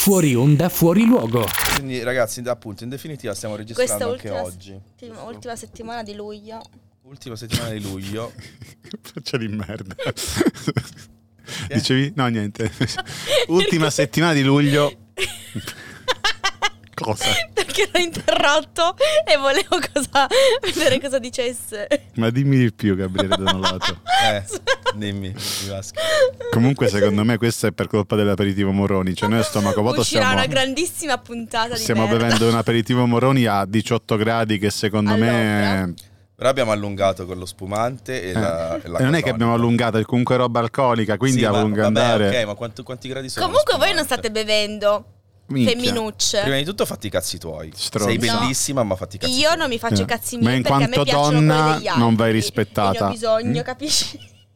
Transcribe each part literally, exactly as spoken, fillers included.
Fuori onda, fuori luogo. Quindi ragazzi, appunto, in definitiva stiamo registrando anche ultima, oggi. Ultima, ultima settimana di luglio. Ultima settimana di luglio. Faccia di merda. Dicevi? No, niente. Ultima settimana di luglio. Cosa? Perché l'ho interrotto e volevo cosa, vedere cosa dicesse. Ma dimmi di più, Gabriele Donolato. Eh, dimmi, Vasco. Comunque secondo me questo è per colpa dell'aperitivo Moroni. Cioè noi a stomaco vuoto uscirà stiamo, una grandissima puntata di stiamo merda. bevendo un aperitivo Moroni a diciotto gradi che secondo Allora. me... Però abbiamo allungato con lo spumante e Eh. la, e la E non è che cotonica. abbiamo allungato, è comunque roba alcolica, quindi Sì, a ma, lungo vabbè, andare... ok, ma quanto- quanti gradi sono? Comunque lo voi non spumante? state bevendo. Minchia. Femminucce. Prima di tutto fatti i cazzi tuoi. Stronzo. Sei No. bellissima, ma fatti i cazzi Io tuoi. non mi faccio Eh. i cazzi Ma miei in perché a me quanto piacciono donna quelli degli altri. non vai E rispettata. ne ho bisogno, Mm? capisci?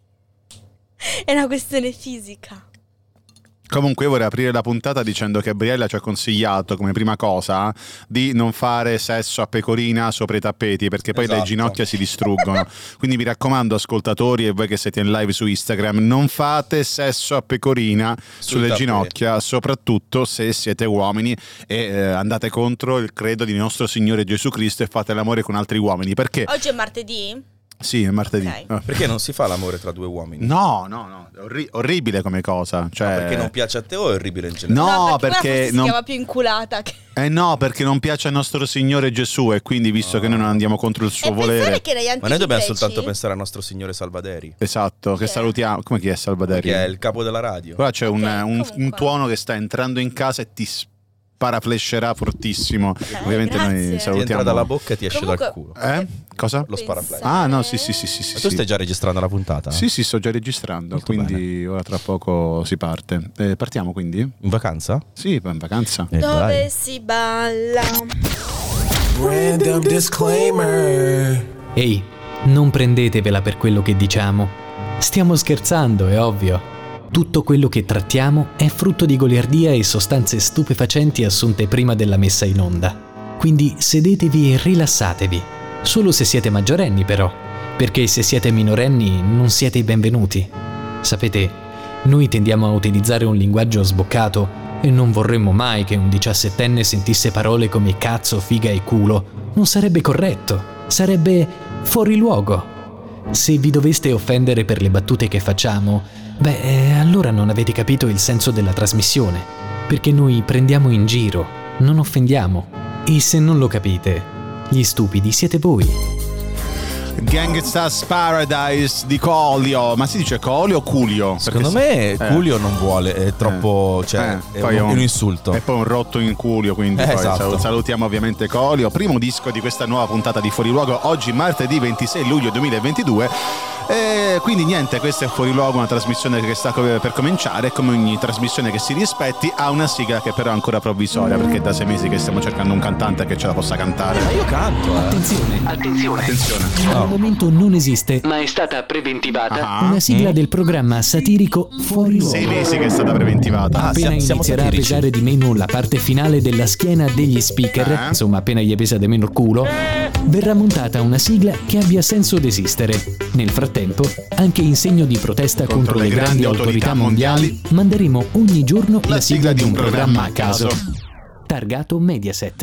È una questione fisica. Comunque io vorrei aprire la puntata dicendo che Gabriella ci ha consigliato come prima cosa di non fare sesso a pecorina sopra i tappeti, perché poi Esatto. le ginocchia si distruggono. Quindi mi raccomando, ascoltatori e voi che siete in live su Instagram, non fate sesso a pecorina sulle tappeti. ginocchia, soprattutto se siete uomini e eh, andate contro il credo di nostro Signore Gesù Cristo e fate l'amore con altri uomini. Perché? Oggi è martedì? Sì, è martedì. Ok. Ah. Perché non si fa l'amore tra due uomini? No, no, no, è orri- orribile come cosa. Cioè... No, perché non piace a te o è orribile in generale? No, No, perché, quella forse si non... chiama più inculata. Che... Eh no, perché non piace al nostro Signore Gesù e quindi visto che noi non andiamo contro il suo E pensare volere. che negli antichi Ma noi dobbiamo greci- soltanto pensare al nostro Signore Salvaderi, Esatto, che Chi è? salutiamo. Come chi è Salvaderi? che è il capo della radio. Qua c'è un, Ok, un- comunque. un tuono che sta entrando in casa e ti sparaflescerà fortissimo. Ovviamente grazie. noi Ti entra salutiamo. dalla bocca e ti esce Comunque- dal culo. Eh? Cosa? Lo sparaflex. Ah no, sì, sì, sì, sì, sì. Ma tu sì. stai già registrando la puntata? Sì, sì, sto già registrando, Molto quindi ora tra poco si parte. Eh, partiamo quindi? In vacanza? Sì, in vacanza. Eh, Dove dai. si balla? Random disclaimer. Ehi, non prendetevela per quello che diciamo. Stiamo scherzando, è ovvio. Tutto quello che trattiamo è frutto di goliardia e sostanze stupefacenti assunte prima della messa in onda. Quindi sedetevi e rilassatevi. Solo se siete maggiorenni però, perché se siete minorenni non siete i benvenuti. Sapete, noi tendiamo a utilizzare un linguaggio sboccato e non vorremmo mai che un diciassettenne sentisse parole come cazzo, figa e culo. Non sarebbe corretto, sarebbe fuori luogo. Se vi doveste offendere per le battute che facciamo, beh, eh, allora non avete capito il senso della trasmissione, perché noi prendiamo in giro, non offendiamo. E se non lo capite, gli stupidi siete voi. Gangsta's Paradise di Colio. Ma si dice Colio o Culio? Secondo Perché me se- Culio non vuole, è troppo, cioè, Eh, è, poi un, è un insulto. E poi un rotto in culio, quindi Eh, poi esatto. sal- salutiamo ovviamente Colio. Primo disco di questa nuova puntata di Fuori Luogo, oggi martedì ventisei luglio duemilaventidue. E quindi niente, questa è Fuori Luogo, una trasmissione che sta co- per cominciare. Come ogni trasmissione che si rispetti, ha una sigla che però è ancora provvisoria, perché è da sei mesi che stiamo cercando un cantante che ce la possa cantare. Ma io canto, eh. Attenzione, attenzione. Attenzione. Al momento non esiste, ma è stata preventivata, Ah. una sigla del programma satirico Fuori Luogo. Sei mesi che è stata preventivata. Ah, Appena siamo- siamo inizierà a satirici. pesare di meno la parte finale della schiena degli speaker, Eh? insomma appena gli pesa di meno il culo, verrà montata una sigla che abbia senso d'esistere. Nel frattempo, anche in segno di protesta contro, le grandi autorità mondiali, manderemo ogni giorno la sigla di un programma a caso, targato Mediaset.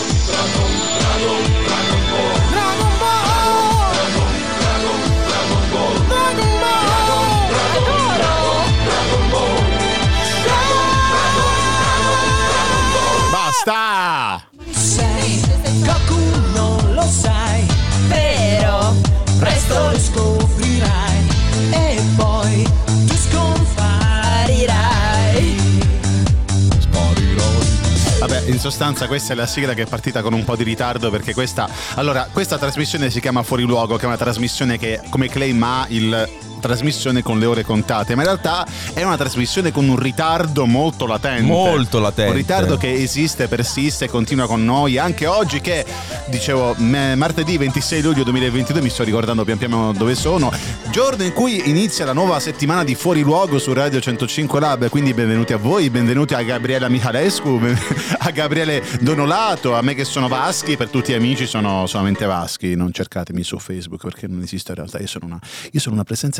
Basta! Sei Goku, non lo sai, però presto lo scoprirai e poi tu scomparirai. Vabbè, in sostanza questa è la sigla che è partita con un po' di ritardo, perché questa... Allora, questa trasmissione si chiama Fuori Luogo, che è una trasmissione che come claim ha il... trasmissione con le ore contate, ma in realtà è una trasmissione con un ritardo molto latente. Molto latente. Un ritardo che esiste, persiste e continua con noi anche oggi che, dicevo, m- martedì ventisei luglio duemilaventidue, mi sto ricordando pian piano dove sono, giorno in cui inizia la nuova settimana di Fuori Luogo su Radio centocinque Lab, quindi benvenuti a voi, benvenuti a Gabriela Michalescu, a Gabriele Donolato, a me che sono Vaschi, per tutti gli amici sono solamente Vaschi, non cercatemi su Facebook perché non esiste in realtà, io sono una, io sono una presenza che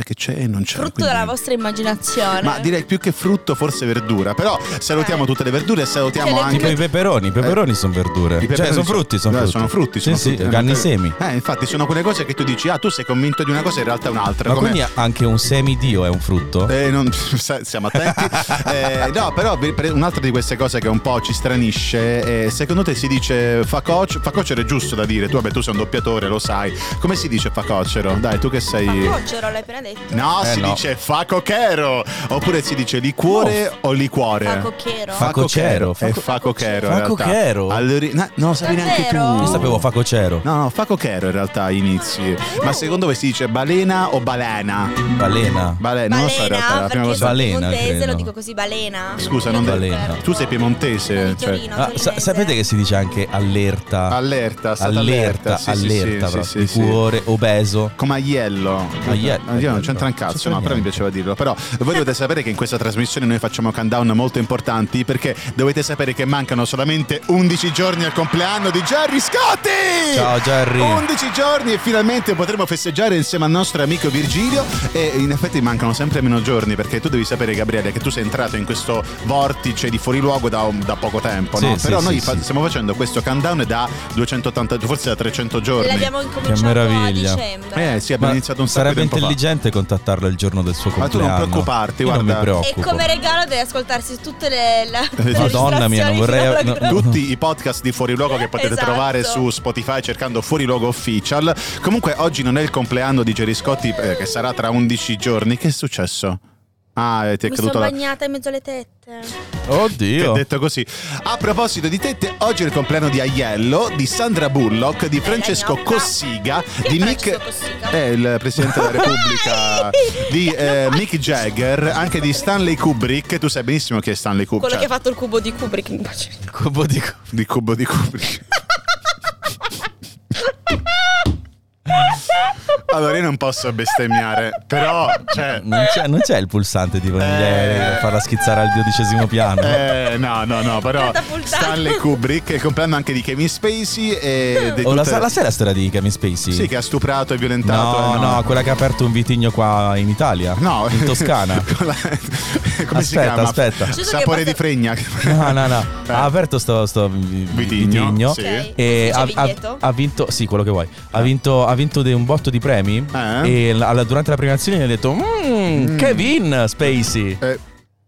che c'è e non c'è. Frutto quindi... della vostra immaginazione. Ma direi più che frutto, forse verdura. Però salutiamo tutte le verdure e salutiamo Che le anche Tipo i peperoni, i peperoni Eh. sono verdure. I peperoni Cioè, sono frutti, sono no, frutti. sono frutti, Sì, sono sì, frutti. hanno i Eh, semi. Eh, infatti sono quelle cose che tu dici, ah, tu sei convinto di una cosa e in realtà è un'altra. Ma come... quindi anche un semidio è un frutto? Eh, non... Siamo attenti. eh, no, però per- un'altra di queste cose che un po' ci stranisce, eh, secondo te si dice facocero? Facocero è giusto da dire. Tu, vabbè, tu sei un doppiatore, lo sai. Come si dice facocero? Dai, tu che sei. Facocero, l'hai appena detto. No, Eh, si no. dice facochero. Oppure si dice liquore o liquore? Facocchero. Facocero. È facochero. in realtà. Facochero? All'ori- no, non lo sapevi neanche tu. Davvero? Io sapevo facocero. No, no, facochero in realtà agli inizi. Ma secondo voi si dice balena o balena? Balena. Balena, non lo so in realtà. Balena, La prima perché cosa... sono Balena, piemontese, credo. lo dico così, balena. Scusa, non Balena. Tu sei piemontese. Di Cioè... Torino, Ah, sa- torinese. sapete che si dice anche allerta? Allerta, state Allerta, allerta, sì, allerta, sì, proprio. sì, sì, sì. liquore, obeso. Come agliello. Agliello. Io non c'entra un cazzo, c'entra no, però mi niente. piaceva dirlo. Però voi dovete sapere che in questa trasmissione noi facciamo countdown molto importanti, perché dovete sapere che mancano solamente undici giorni al compleanno di Gerry Scotti! Ciao Gerry. undici giorni e finalmente potremo festeggiare insieme al nostro amico Virgilio. E in effetti mancano sempre meno giorni, perché tu devi sapere, Gabriele, che tu sei entrato in questo vortice di fuoriluogo da, da poco tempo, no? Sì, Però sì, noi sì, fa- sì. stiamo facendo questo countdown da duecentottanta, forse da trecento giorni. L'abbiamo incominciato meraviglia. a dicembre. Eh sì, abbiamo Ma iniziato un sacco di sarebbe tempo fa. intelligente contattarlo il giorno del suo Ma tu compleanno. non preoccuparti, Io guarda. non mi E preoccupo. come regalo devi ascoltarsi tutte le, la, le Madonna mia, non registrazioni vorrei- fino alla- no, Tutti i podcast di Fuori Luogo che potete Esatto. trovare su Spotify cercando Fuori Luogo Official. Comunque oggi non è il compleanno di Gerry Scotti, eh, che sarà tra undici giorni. Che è successo? Ah, ti è Mi caduto sono la... bagnata in mezzo alle tette. Che Oddio. detto così. A proposito di tette, oggi è il compleanno di Aiello, di Sandra Bullock, di Francesco gnocca. Cossiga, Chi è di Mick Francesco Cossiga? è il presidente della Repubblica, di eh, Mick Jagger, anche di Stanley Kubrick. Tu sai benissimo chi è Stanley Kubrick. Quello che ha fatto il cubo di Kubrick. mi piace. Cubo di cu- Di cubo di Kubrick. Allora io non posso bestemmiare, però cioè non, c'è, non c'è il pulsante tipo negli aerei per farla schizzare al dodicesimo piano. eh, no, no, no, però Catapultato. Stanley Kubrick è il compleanno anche di Kevin Spacey e di O la, tutte- la sai la storia di Kevin Spacey? Sì, che ha stuprato e violentato. No, eh, no, quella che ha aperto un vitigno qua in Italia. No, In Toscana. Con la- Come si Aspetta, chiama? aspetta. Giusto che Sapore possa- di fregna. No, no, no. Eh. Ha aperto sto, sto vi- Vitigno, vitigno, sì. Ok. e C'è ha, Vigneto? ha- ha vinto, sì, quello che vuoi. Ha vinto, ha vinto de- un botto di premi. Eh? E la- la- durante la premiazione gli ha detto: "Mm, Kevin Spacey." Eh,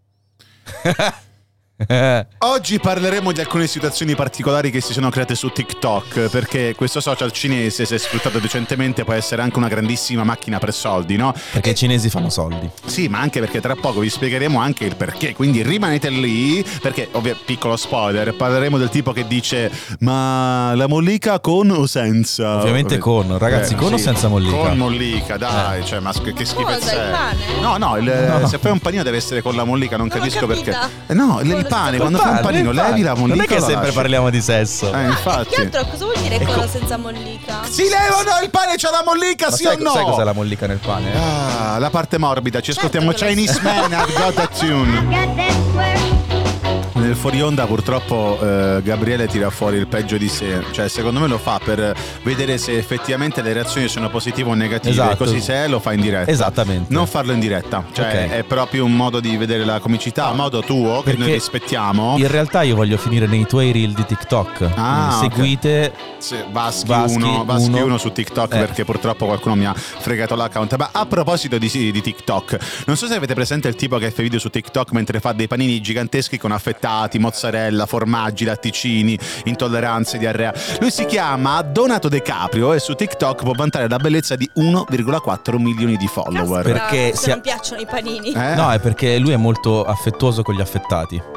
Oggi parleremo di alcune situazioni particolari che si sono create su TikTok, perché questo social cinese, se sfruttato decentemente, può essere anche una grandissima macchina per soldi, no? Perché i cinesi fanno soldi. Sì, ma anche perché tra poco vi spiegheremo anche il perché, quindi rimanete lì, perché, ovvio, piccolo spoiler, parleremo del tipo che dice ma la mollica con o senza? Ovviamente con, ragazzi, con o senza mollica? Con mollica, dai, cioè, ma che, che schifezza Cosa, il è? pane? No, no, il- No. se fai un panino deve essere con la mollica, non Non l'ho capisco perché. capita. Eh, no, il, il Con pane, lo quando fai un Pane, panino, pane. levi la mollica. Non è che o la sempre lasci? parliamo di sesso. Eh, infatti. Che altro? Cosa vuol dire con o senza mollica? Si levano il pane, c'è la mollica, Ma sì sai, o no? sai cos'è la mollica nel pane? Ah, la parte morbida, ci Certo ascoltiamo che lo Chinese so. Man, I've got a tune. Nel fuori onda purtroppo eh, Gabriele tira fuori il peggio di sé, cioè secondo me lo fa per vedere se effettivamente le reazioni sono positive o negative, Esatto. così se è lo fa in diretta. Esattamente. Non farlo in diretta, cioè Ok. è proprio un modo di vedere la comicità, a modo tuo, che Perché noi rispettiamo. In realtà io voglio finire nei tuoi reel di TikTok. Ah, Quindi seguite. Sì, Vaschi, Vaschi uno, Vaschi uno. uno su TikTok Eh. perché purtroppo qualcuno mi ha fregato l'account. Ma a proposito di, sì, di TikTok, non so se avete presente il tipo che fa video su TikTok mentre fa dei panini giganteschi con affettati, mozzarella, formaggi, latticini, intolleranze, diarrea. Lui si chiama Donato De Caprio e su TikTok può vantare la bellezza di uno virgola quattro milioni di follower. Caspita, Perché se sia- non piacciono i panini. Eh? No, è perché lui è molto affettuoso con gli affettati.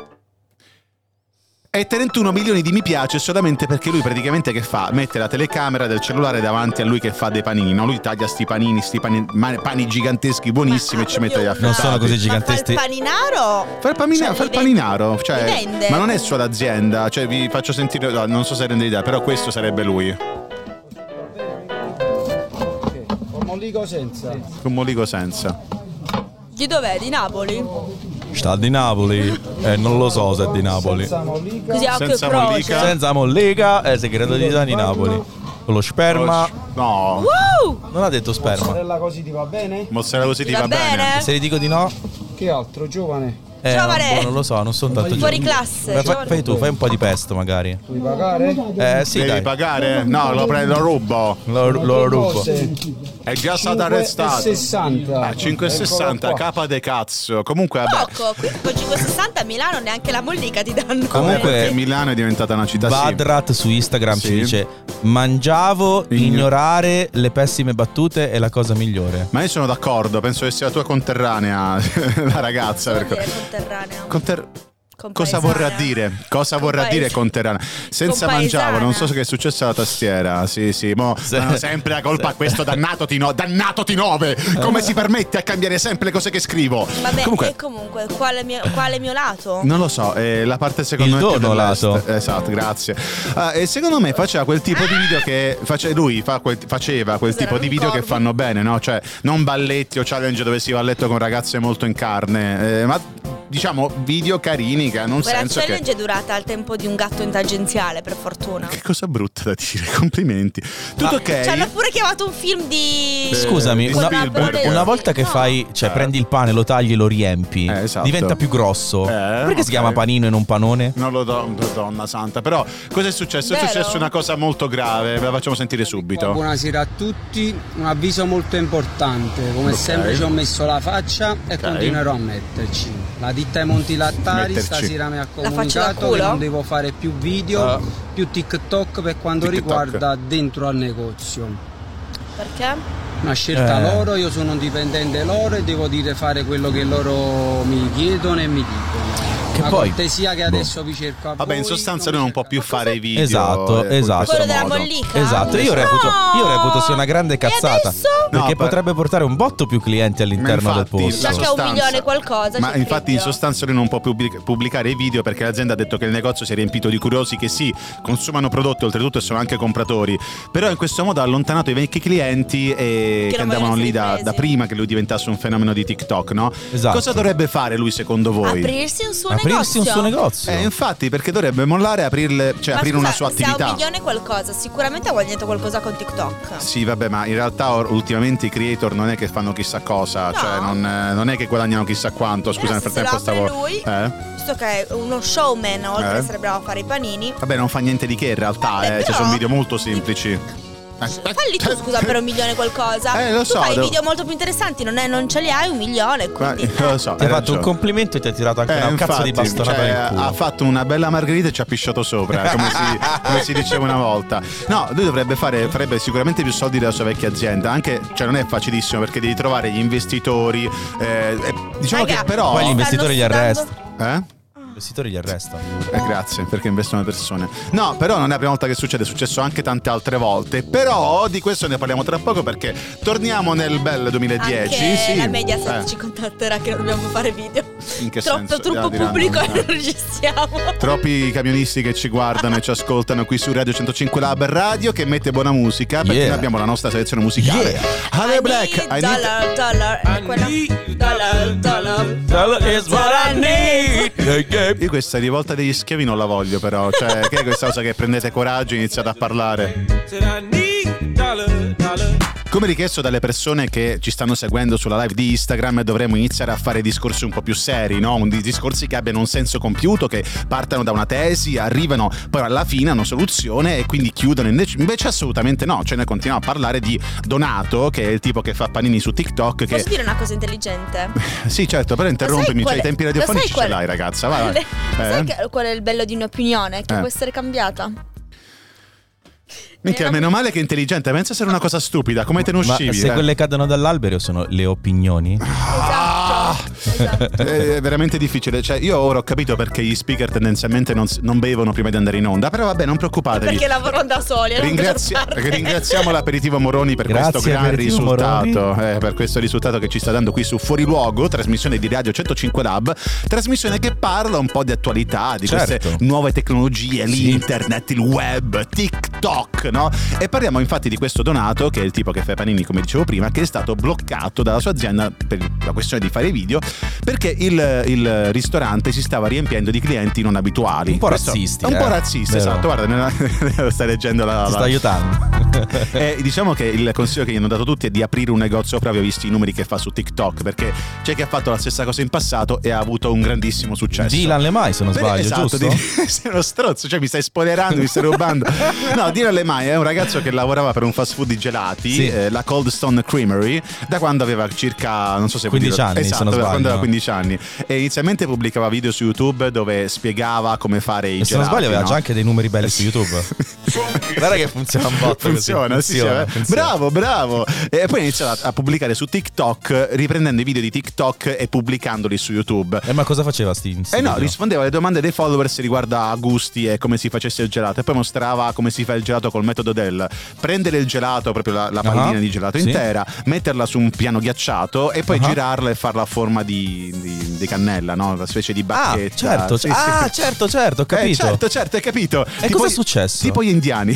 E trentuno milioni di mi piace solamente perché lui praticamente che fa? Mette la telecamera del cellulare davanti a lui che fa dei panini, no? Lui taglia sti panini, sti pani, ma- pani giganteschi buonissimi e ci mette gli affettati. Non sono così Ma fa giganteschi. il paninaro? Fa il, pamina- Cioè, fa il li paninaro, cioè, li vende? ma non è sua l'azienda, cioè vi faccio sentire, no, non so se rende l'idea, però questo sarebbe lui, Con mollico senza. con Molico senza. Di dov'è? Di Napoli? Sta di Napoli. E non lo so se è di Napoli. Senza mollica. Così a occhio e Senza croce. mollica. Senza mollica è segreto di, di Napoli. Con lo sperma. No. Uh! Non ha detto sperma. Mozzarella così ti va bene? Mozzarella così ti Va va bene. bene? Se gli dico di no, Che altro, giovane? eh, Giovane. boh, non lo so, non sono tanto Fuori giovane. classe. Beh, fai, giovane. fai tu, fai un po' di pesto magari. Devi pagare? Eh sì, Devi dai. pagare? No, lo prendo, lo rubo. Lo, lo rubo. È già stato arrestato. cinque e sessanta. Ah, cinque e sessanta, Eccolo qua. capa de cazzo. Comunque, vabbè. Poco, qui con cinque e sessanta a Milano neanche la mollica ti danno. Comunque- Perché Milano è diventata una città sì. Badrat su Instagram Sì. ci dice: mangiavo, Igno- ignorare le pessime battute è la cosa migliore. Ma io sono d'accordo, penso che sia la tua conterranea, la ragazza. Cosa vuol perché- dire conterraneo? Conter- Cosa Compaesana. vorrà dire? Cosa vorrà Compaes- dire conterranea? Senza Compaesana. mangiavo, non so che è successo alla tastiera. Sì, sì, mo Sì. danno sempre la colpa a questo dannato T nove. Dannato T nove! Come si permette a cambiare sempre le cose che scrivo? Vabbè, Comunque, e comunque, quale mio, quale mio lato? non lo so, è la parte secondo Il me più dono dell'est. lato. Esatto, grazie. Ah, e secondo me faceva quel tipo di video che face- lui fa quel- faceva quel Cos'era, tipo di un video che corvo? fanno bene, no? Cioè, non balletti o challenge dove si va a letto con ragazze molto in carne, eh, ma diciamo video carini che hanno un Quella senso che challenge è durata al tempo di un gatto in tangenziale, per fortuna. Che cosa brutta da dire, complimenti. Tutto ok? Ci hanno pure chiamato un film di... Eh, Scusami, di una, Spielberg. una volta che No. fai, cioè Eh. prendi il pane, lo tagli e lo riempi, Eh, esatto. diventa più grosso. Eh, Perché ok. si chiama panino e non panone? Non lo do, donna santa. Però cosa è successo? È Vero? successo una cosa molto grave. Ve la facciamo sentire subito. Buonasera a tutti, un avviso molto importante. Come Ok. sempre ci ho messo la faccia e Ok. continuerò a metterci. La ditta ai Monti Lattari Metterci. stasera mi ha La faccia da comunicato che culo? non devo fare più video, Ah. più TikTok per quanto TikTok. riguarda dentro al negozio. Perché? Una scelta Eh. loro, io sono un dipendente loro e devo dire fare quello che loro mi chiedono e mi dicono. Che Una poi- cortesia che adesso vi cerco a Vabbè, in voi, sostanza non lui mi non può più cercate. fare i video. Esatto, eh, in esatto. questo Quello della modo. mollica? Esatto, io No! reputo, io reputo sia una grande E cazzata. adesso? Perché No, pa- potrebbe portare un botto più clienti all'interno Ma del infatti, posto. Già la che ha un sostanza- milione qualcosa, Ma c'è infatti in frigo. sostanza lui non può pubblic- pubblicare i video perché l'azienda ha detto che il negozio si è riempito di curiosi che sì, consumano prodotti oltretutto e sono anche compratori. Però in questo modo ha allontanato i vecchi clienti e Che che non andavano vogliono lì da, essere da presi. prima che lui diventasse un fenomeno di TikTok, no? Esatto. Cosa dovrebbe fare lui secondo voi? Aprirsi un suo Aprirsi negozio. un suo negozio. Eh, infatti, perché dovrebbe mollare e aprirle, cioè Ma aprire scusa, una sua se ha attività. un milione qualcosa, sicuramente ha guadagnato qualcosa con TikTok. Sì, vabbè, ma in realtà or- ultimamente i creator non è che fanno chissà cosa, No. cioè non, eh, non è che guadagnano chissà quanto. Scusa, Però nel se frattempo se lo apre stavo. lui, Eh? visto che è uno showman, oltre Eh? ad essere bravo a fare i panini, Vabbè, non fa niente di che in realtà, Vabbè, eh, però- cioè, sono video molto semplici. falli tu, scusa, per un milione qualcosa. Eh, lo tu so, fai devo- video molto più interessanti, non, è, non ce li hai un milione, Ma- quindi... lo so, Ti ha hai fatto un ragione. complimento e ti ha tirato anche Eh, una- un cazzo di infatti, bastonata cioè, nel culo. ha fatto una bella margherita e ci ha pisciato sopra, come si, come si diceva una volta. No, lui dovrebbe fare, farebbe sicuramente più soldi della sua vecchia azienda, anche, cioè non è facilissimo perché devi trovare gli investitori. eh, eh, diciamo Raga, che però. Poi gli stanno investitori li sudando- arresta. Eh? Gli investitori li arresta. Eh, grazie, perché investono persone. No, però non è la prima volta che succede, è successo anche tante altre volte. Però di questo ne parliamo tra poco perché torniamo nel bel duemiladieci. Anche sì. la Mediaset Eh, ci contatterà che non dobbiamo fare video. in che Troppo, senso? troppo Ah, diranno, pubblico e eh. non registriamo. Troppi camionisti che ci guardano e ci ascoltano qui su Radio centocinque Lab Radio che mette buona musica perché Yeah. noi abbiamo la nostra selezione musicale. Yeah. Ale I Black, need I need- dollar, dollar, è quella- dollar, dollar. Is what I need. Io questa rivolta degli schiavi non la voglio però, cioè che è questa cosa che prendete coraggio e iniziate a parlare. Come richiesto dalle persone che ci stanno seguendo sulla live di Instagram, dovremmo iniziare a fare discorsi un po' più seri, no? Un- discorsi che abbiano un senso compiuto, che partano da una tesi, arrivano poi alla fine a una soluzione e quindi chiudono. Invece, invece assolutamente no, cioè noi continuiamo a parlare di Donato, che è il tipo che fa panini su TikTok. Che... Posso dire una cosa intelligente? Sì, certo, però interrompimi, qual cioè i è- tempi lo radiofonici sai qual- ce l'hai, ragazza. Vai, vai. Le- Eh? Sai che- qual è il bello di un'opinione? Che Eh. può essere cambiata. Minchia, Eh, meno male che è intelligente, pensa essere una cosa stupida, come te ne Ma uscivi? se eh? quelle cadono dall'albero sono le opinioni. Esatto. esatto. È veramente difficile, cioè io ora ho capito perché gli speaker tendenzialmente non, s- non bevono prima di andare in onda, però vabbè, non preoccupatevi. Perché lavorano da soli. la Ringrazia- maggior parte. ringraziamo l'aperitivo Moroni per Grazie, questo gran Aperitivo risultato, eh, per questo risultato che ci sta dando qui su Fuori Luogo, trasmissione di Radio centocinque Lab, trasmissione che parla un po' di attualità, di Certo. queste nuove tecnologie, Sì. l'internet, il web, TikTok. TikTok, no? E parliamo infatti di questo Donato, che è il tipo che fa i panini, come dicevo prima, che è stato bloccato dalla sua azienda per la questione di fare video, perché il, il ristorante si stava riempiendo di clienti non abituali. Un po' Questo razzisti. È un po' eh. razzista, Vero. esatto. Guarda, nella, stai leggendo la... Ti sta la... aiutando. E diciamo che il consiglio che gli hanno dato tutti è di aprire un negozio proprio visti i numeri che fa su TikTok, perché c'è chi ha fatto la stessa cosa in passato e ha avuto un grandissimo successo. Dylan Lemay, se non Per- sbaglio, esatto, giusto? di- sei uno strozzo, cioè mi stai spoilerando, mi stai rubando. No, Dylan Lemay è un ragazzo che lavorava per un fast food di gelati, Sì. eh, la Cold Stone Creamery, da quando aveva circa, non so se quindici vuol dire- anni, se esatto, non da sbaglio. quando aveva quindici anni. E inizialmente pubblicava video su YouTube dove spiegava come fare i E se non gelati. sbaglio aveva no? già anche dei numeri belli su YouTube. Guarda che funziona un botto così. Funziona, sì, sì, Funziona, eh. funziona. Bravo, bravo. E poi ha iniziato a pubblicare su TikTok, riprendendo i video di TikTok e pubblicandoli su YouTube. E ma cosa faceva sti? sti Eh no, video? rispondeva alle domande dei followers riguardo a gusti e come si facesse il gelato, e poi mostrava come si fa il gelato col metodo del prendere il gelato, proprio la, la pallina Ah, di gelato sì. intera, metterla su un piano ghiacciato e poi Ah. girarla e farla a forma di, di, di cannella, no? Una specie di Ah, bacchetta. certo, Sì, ah, sì. certo, certo, ho capito. Eh, certo, certo, hai capito. E cosa è successo? Tipo gli indiani.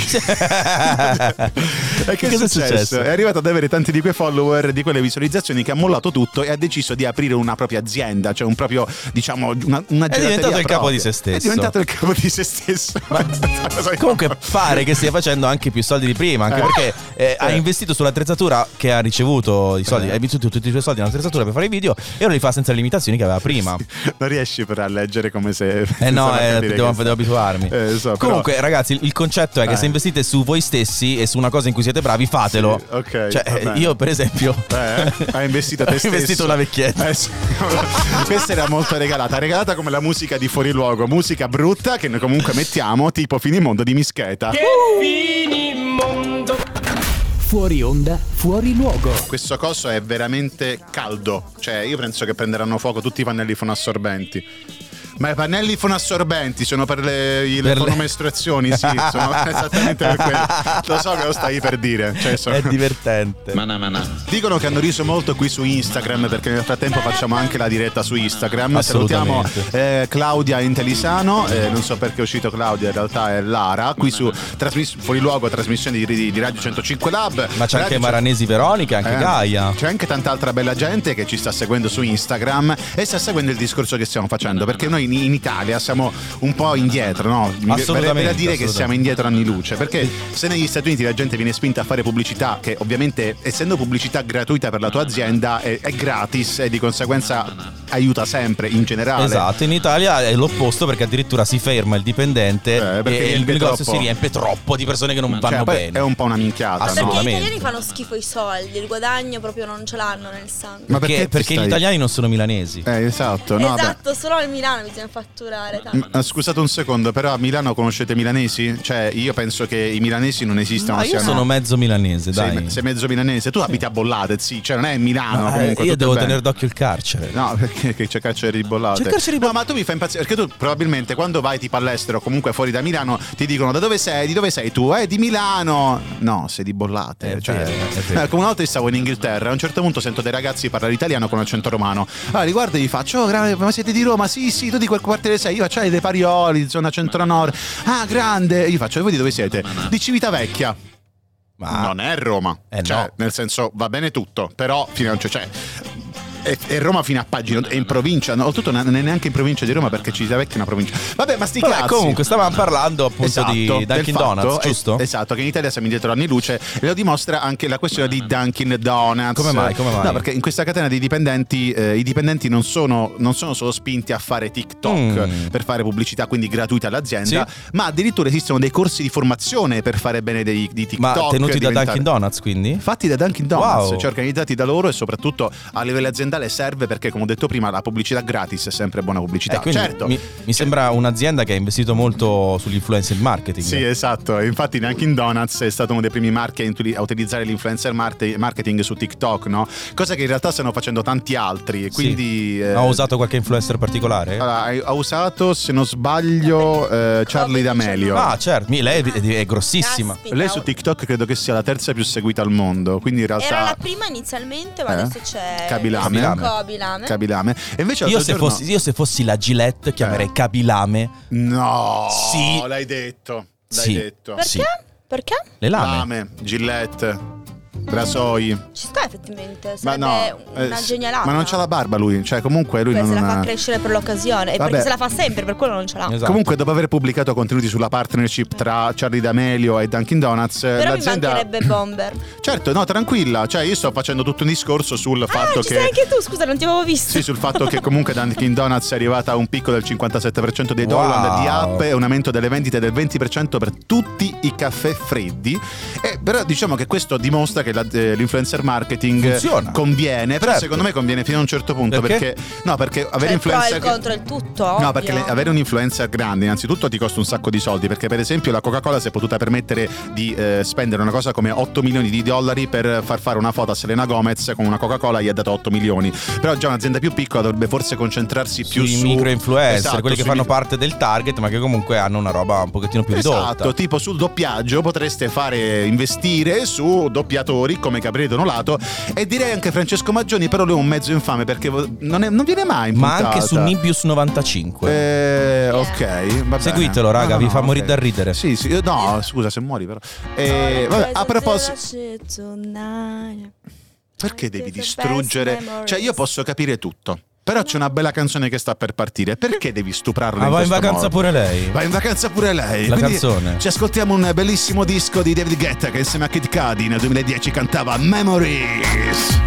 E che, Cosa è è successo? successo? È arrivato ad avere tanti di quei follower, di quelle visualizzazioni, che ha mollato tutto e ha deciso di aprire una propria azienda, cioè un proprio, diciamo, una, una È gelateria diventato il capo propria. di se stesso. È diventato il capo di se stesso. Ma Comunque pare che stia facendo anche più soldi di prima, anche Eh. perché eh, ha Eh. investito sull'attrezzatura che ha ricevuto i soldi, Eh. ha investito tutti i suoi soldi in attrezzatura per fare i video e ora li fa senza le limitazioni che aveva prima. non riesci però a leggere come se... Eh no, senza eh, capire devo, che- devo abituarmi. Eh, so, però- Comunque, ragazzi, il, il concetto è che Eh. se investite su voi stessi e su una cosa in cui siete bravi, fatelo. Sì, ok, Cioè, va eh, bene. io, per esempio, Eh, hai investito te ho stesso. investito una vecchietta. Eh, sì. Questa era molto regalata, regalata come la musica di Fuori Luogo, musica brutta che noi comunque mettiamo, tipo Finimondo di Mischeta. Fuori onda, fuori luogo. Questo coso è veramente caldo, cioè io penso che prenderanno fuoco tutti i pannelli fonoassorbenti. Ma i pannelli fonoassorbenti sono per le, le Per le- fonomestruazioni, sì, sono esattamente per quello. Lo so che lo stai per dire. Cioè, sono... È divertente. Dicono che hanno riso molto qui su Instagram, perché nel frattempo facciamo anche la diretta su Instagram. Salutiamo Assolutamente. eh, Claudia Intelisano, eh, non so perché è uscito Claudia, in realtà è Lara, qui su trasmiss- Fuori Luogo, trasmissione di, di, di Radio centocinque Lab. Ma c'è anche Radio Maranesi Veronica, anche eh, Gaia. C'è anche tanta altra bella gente che ci sta seguendo su Instagram e sta seguendo il discorso che stiamo facendo, perché noi in, in Italia siamo un po' indietro, no? Mi Assolutamente, verrebbe da dire che assolutamente. siamo indietro anni luce, perché se negli Stati Uniti la gente viene spinta a fare pubblicità, che ovviamente essendo pubblicità gratuita per la tua azienda è, è gratis e di conseguenza aiuta sempre in generale. Esatto, in Italia è l'opposto, perché addirittura si ferma il dipendente Eh, perché e il riempie negozio troppo. si riempie troppo di persone che non Cioè, vanno poi bene. è un po' una minchiata, Assolutamente. no? Perché gli italiani fanno schifo i soldi, il guadagno proprio non ce l'hanno nel sangue. Ma Perché, perché ti perché stai- gli italiani non sono milanesi. Eh, esatto, no, vabbè. esatto, solo a Milano bisogna fatturare tanto. Ma, scusate un secondo, però a Milano conoscete i milanesi? Cioè, io penso che i milanesi non esistano. Ma io siano- sono mezzo milanese, sei, dai. me- sei mezzo milanese, tu abiti a Bollate, sì, cioè non è Milano Ma, eh, comunque. io tutto devo bene. tenere d'occhio il carcere. No, perché che c'è carcere di Bollate. C'è il carcere di No, ma tu mi fai impazzire, perché tu probabilmente quando vai tipo all'estero, comunque fuori da Milano, ti dicono da dove sei, di dove sei tu? Eh, di Milano. No, sei di Bollate. È cioè, vero, è vero. eh, come una volta stavo in Inghilterra, a un certo punto sento dei ragazzi parlare italiano con accento romano. Allora li guardo e gli faccio, oh, grande, ma siete di Roma? Sì, sì, tu di quel quartiere sei? Io faccio "Ah, dei Parioli, zona centro nord. Ah, grande. E gli faccio, e voi di dove siete? Di Civitavecchia. Ma Non è Roma, Eh, cioè, no. nel senso va bene tutto, però fino a un cioè, è, è Roma fino a Pagino, è in provincia, no, oltretutto non è neanche in provincia di Roma perché Civitavecchia è una provincia. Vabbè, ma sti Vabbè, cazzi. comunque stavamo parlando appunto Esatto, di del Dunkin' fatto, Donuts, es- giusto? esatto, che in Italia siamo indietro anni luce e lo dimostra anche la questione di Dunkin' Donuts. Come mai, come mai? No, perché in questa catena di dipendenti eh, i dipendenti non sono, non sono solo spinti a fare TikTok Mm. per fare pubblicità, quindi gratuita all'azienda, Sì. ma addirittura esistono dei corsi di formazione per fare bene dei, di TikTok. Ma tenuti da diventare- Dunkin' Donuts, quindi? Fatti da Dunkin' Donuts, Wow. cioè organizzati da loro e soprattutto a livello aziendale serve perché, come ho detto prima, la pubblicità gratis è sempre buona pubblicità. Eh, quindi certo. mi, mi sembra un'azienda che ha investito molto sull'influencer marketing. Sì, esatto. Infatti Dunkin' Donuts è stato uno dei primi marchi a, intuli- a utilizzare l'influencer marte- marketing su TikTok, no? Cosa che in realtà stanno facendo tanti altri. Quindi eh, Ha usato qualche influencer particolare? allora, hai- ha usato, se non sbaglio, eh, Charlie D'Amelio. Ah, certo, mi- lei è, è grossissima. Caspita, Lei su TikTok credo che sia la terza più seguita al mondo, quindi in realtà Era la prima inizialmente, ma Eh? adesso c'è Kabilame. Kabilame. Kabilame. E invece Io l'altro se, giorno- fossi, io se fossi la Gillette chiamerei Eh. Kabilame. No, Sì. l'hai detto. L'hai Sì. detto. Perché? Sì. Perché? Le lame. Lame, Gillette, rasoi. Ci sta effettivamente. Ma Sarebbe no, una eh, genialata. ma non c'ha la barba lui, cioè comunque lui Poi non se la fa ha- crescere per l'occasione. E Vabbè. perché se la fa sempre, per quello non ce l'ha. Esatto. Comunque, dopo aver pubblicato contenuti sulla partnership tra Charli D'Amelio e Dunkin' Donuts, Però l'azienda. mi mancherebbe Bomber. Certo, no, tranquilla. Cioè, io sto facendo tutto un discorso sul fatto Ah, ci che. sei anche tu, scusa, non ti avevo visto. Sì, sul fatto che comunque Dunkin' Donuts è arrivata a un picco del cinquantasette per cento dei Wow. download di app e un aumento delle vendite del venti per cento per tutti i caffè freddi. E però diciamo che questo dimostra che la- eh, l'influencer marketing Funziona. conviene. Però Certo. secondo me conviene fino a un certo punto. Perché? Perché, no, perché avere Cioè, il pro e influencer. il contro il tutto. No, ovvio. perché le- avere un influencer grande innanzitutto ti costa un sacco di soldi, perché per esempio la Coca-Cola si è potuta permettere di eh, spendere una cosa come otto milioni di dollari per far fare una foto a Selena Gomez con una Coca-Cola, gli ha dato otto milioni. Però già un'azienda più piccola dovrebbe forse concentrarsi più Sui su micro-influencer, Esatto, quelli che sui- fanno parte del target, ma che comunque hanno una roba un pochettino più ridotta. Esatto, tipo sul doppiaggio potreste fare investire su doppiatori come Gabriele Donolato e direi anche Francesco Maggioni, però lui è un mezzo infame perché non, è- non viene mai in Ma puntata. anche su Nibius novantacinque. Eh, ok, va bene. Seguitelo, raga, vi fa morire da ridere. Sì, sì, io- no, scusa se muori però. Eh, vabbè, a proposito, perché devi distruggere? Cioè, io posso capire tutto. Però c'è una bella canzone che sta per partire. Perché devi stuprarla? Ma in va in questo vacanza modo? pure lei? Va in vacanza pure lei. La Quindi canzone. Ci ascoltiamo un bellissimo disco di David Guetta che insieme a Kid Cudi nel duemiladieci cantava Memories.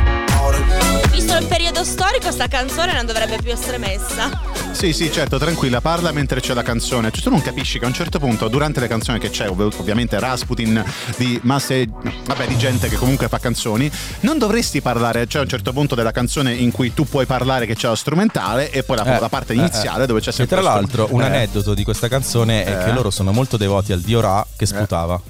Visto il periodo storico, sta canzone non dovrebbe più essere messa. Sì, sì, certo, tranquilla, parla mentre c'è la canzone. Cioè, tu non capisci che a un certo punto, durante le canzoni che c'è, ov- ovviamente Rasputin, di masse, no, vabbè, di gente che comunque fa canzoni, non dovresti parlare. C'è un certo punto della canzone in cui tu puoi parlare che c'è lo strumentale e poi la, Eh, la parte eh, iniziale eh. dove c'è E sempre tra lo l'altro strum- un eh. aneddoto di questa canzone è Eh. che loro sono molto devoti al dio Ra che sputava.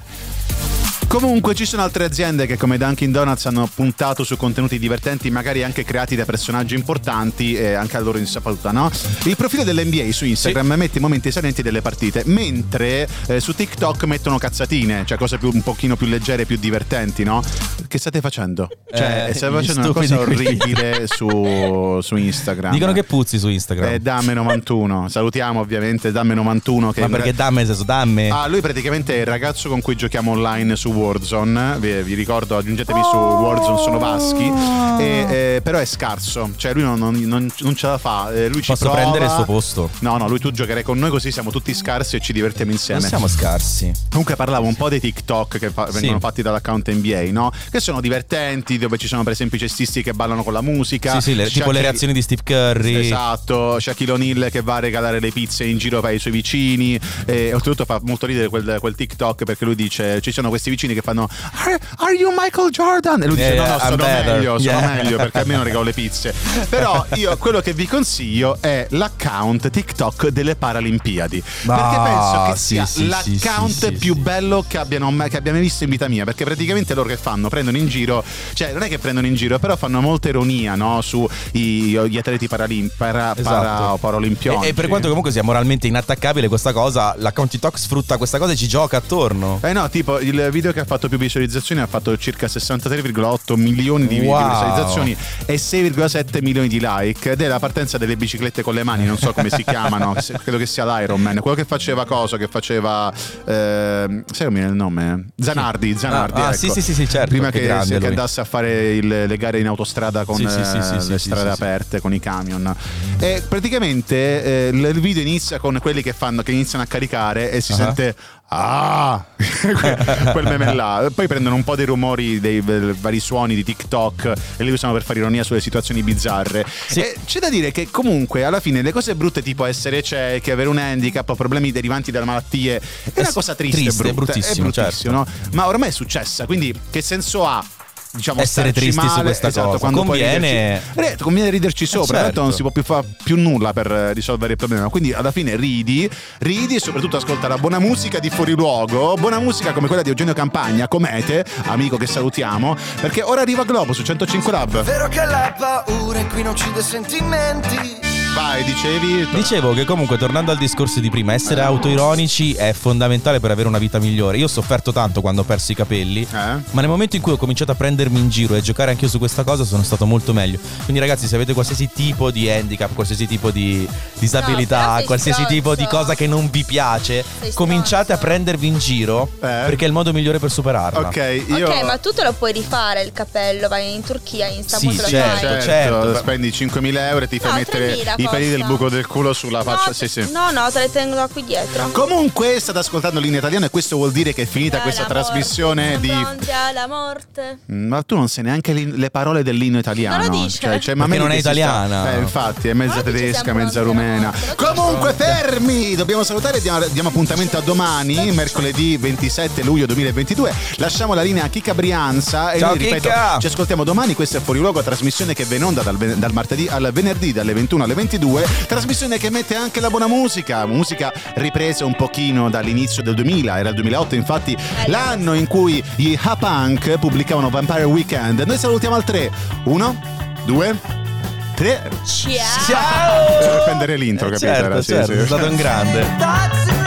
Comunque ci sono altre aziende che come Dunkin' Donuts hanno puntato su contenuti divertenti, magari anche creati da personaggi importanti e anche a loro insaputa, no? Il profilo dell'N B A su Instagram mette i momenti esalenti delle partite, mentre eh, su TikTok mettono cazzatine, cioè cose più, un pochino più leggere, più divertenti, no? Che state facendo? Cioè, Eh, state gli facendo una cosa stupidi qui. orribile su, su Instagram. Dicono che puzzi su Instagram. Eh, Damme novantuno, salutiamo ovviamente Damme novantuno che Ma perché damme senso damme? Ah, lui praticamente è il ragazzo con cui giochiamo online su Warzone. Vi, vi ricordo, aggiungetemi su Warzone, sono Vaschi. E, eh, però è scarso, cioè lui non, non, non, non ce la fa. Eh, lui ci Posso prova. prendere il suo posto? No, no, lui tu giocherai con noi così siamo tutti scarsi e ci divertiamo insieme. Non siamo scarsi. Comunque parlavo un po' dei TikTok che fa- vengono Sì. fatti dall'account N B A, no? Che sono divertenti, dove ci sono per esempio i cestisti che ballano con la musica. Sì, sì, le- tipo Shaquille- le reazioni di Steve Curry. Esatto, Shaquille O'Neal che va a regalare le pizze in giro per i suoi vicini. E oltretutto fa molto ridere quel, quel TikTok perché lui dice: ci sono questi vicini che fanno Are, are you Michael Jordan? E lui dice: Yeah, no, no, I'm sono better." meglio, sono Yeah. meglio perché almeno regalo le pizze. Però io quello che vi consiglio è l'account TikTok delle Paralimpiadi. Perché Ah, penso che sì, sia sì, l'account sì, sì, più sì. bello che abbiano mai, che abbia mai visto in vita mia. Perché praticamente loro che fanno? Prendono in giro, cioè non è che prendono in giro, però fanno molta ironia, no? Su i- gli atleti paralim, para, Esatto. para, paraolimpionici. E, e per quanto comunque sia moralmente inattaccabile questa cosa, l'account TikTok sfrutta questa cosa e ci gioca attorno. Eh no, tipo il video che ha fatto più visualizzazioni ha fatto circa sessantatré virgola otto milioni di, Wow. di visualizzazioni e sei virgola sette milioni di like. Ed è la partenza delle biciclette con le mani, non so come si chiamano, se- credo che sia l'Ironman, quello che faceva cosa, che faceva eh, sai come è il nome? Zanardi, Zanardi. Ah, ah, ecco. sì, sì, sì, sì, certo, Prima che che, grande se- che lui. andasse a fare il- le gare in autostrada con Sì, sì, sì, eh, sì, le sì, sì, strade sì, sì. aperte, con i camion. E praticamente eh, il il video inizia con quelli che fanno, che iniziano a caricare e si Ah. sente ah quel meme là. Poi prendono un po' dei rumori dei, dei vari suoni di TikTok e li usano per fare ironia sulle situazioni bizzarre. Sì. E c'è da dire che comunque alla fine le cose brutte tipo essere ciechi, avere un handicap o problemi derivanti da malattie è una È cosa triste, triste, e brutta, bruttissimo, è bruttissimo, no? Ma ormai è successa, quindi che senso ha? Diciamo, Essere starci tristi su male, questa esatto, cosa. quando poi Conviene- riderci, eh, conviene riderci sopra, certo. tanto non si può più fare più nulla per eh, risolvere il problema. Quindi alla fine ridi, ridi e soprattutto ascolta la buona musica di Fuori Luogo, buona musica come quella di Eugenio Campagna, Comete, amico che salutiamo, perché ora arriva Globo su centocinque Lab. Vero che la paura qui non uccide sentimenti, Vai, dicevi? Dicevo che comunque, tornando al discorso di prima, essere Eh. autoironici è fondamentale per avere una vita migliore. Io ho sofferto tanto quando ho perso i capelli, Eh? ma nel momento in cui ho cominciato a prendermi in giro e giocare anche io su questa cosa sono stato molto meglio. Quindi ragazzi, se avete qualsiasi tipo di handicap, qualsiasi tipo di disabilità, No, però sei qualsiasi stronzo. tipo di cosa che non vi piace, Sei cominciate stronzo. a prendervi in giro, perché è il modo migliore per superarla. Ok, io... Ok, ma tu te lo puoi rifare il capello, vai in Turchia, in Istanbul, Sì, te lo certo, fai. Certo, certo. spendi cinquemila euro e ti fai No, mettere tremila i peli del costa. buco del culo sulla faccia. No, Sì, sì. no, no, te le tengo da qui dietro. Comunque state ascoltando l'Inno Italiano e questo vuol dire che è finita questa Alla trasmissione morte, di... siamo pronti alla morte. Ma tu non sai neanche l'in- le parole dell'inno italiano. Non lo dice. Cioè, cioè, ma Perché meglio non è che si sta- italiana. Eh, infatti, è mezza Ma non dice tedesca, siamo mezza pronti alla rumena. morte, lo Comunque, fermi! Dobbiamo salutare e diamo, diamo appuntamento a domani, mercoledì ventisette luglio duemilaventidue. Lasciamo la linea a Chicca Brianza. E Ciao, noi, ripeto, Chicca! ci ascoltiamo domani. Questo è Fuori Luogo, trasmissione che va in onda dal, ven- dal martedì al venerdì, dalle ventuno alle ventidue. Trasmissione che mette anche la buona musica. Musica ripresa un pochino dall'inizio del duemila. Era il duemilaotto, infatti, l'anno in cui gli Ha-Punk pubblicavano Vampire Weekend. Noi salutiamo al tre. Uno, due, tre. Ciao. Ciao! Per prendere l'intro, Eh, capito? certo, Era, sì, certo, sì. è stato un grande. Thoughts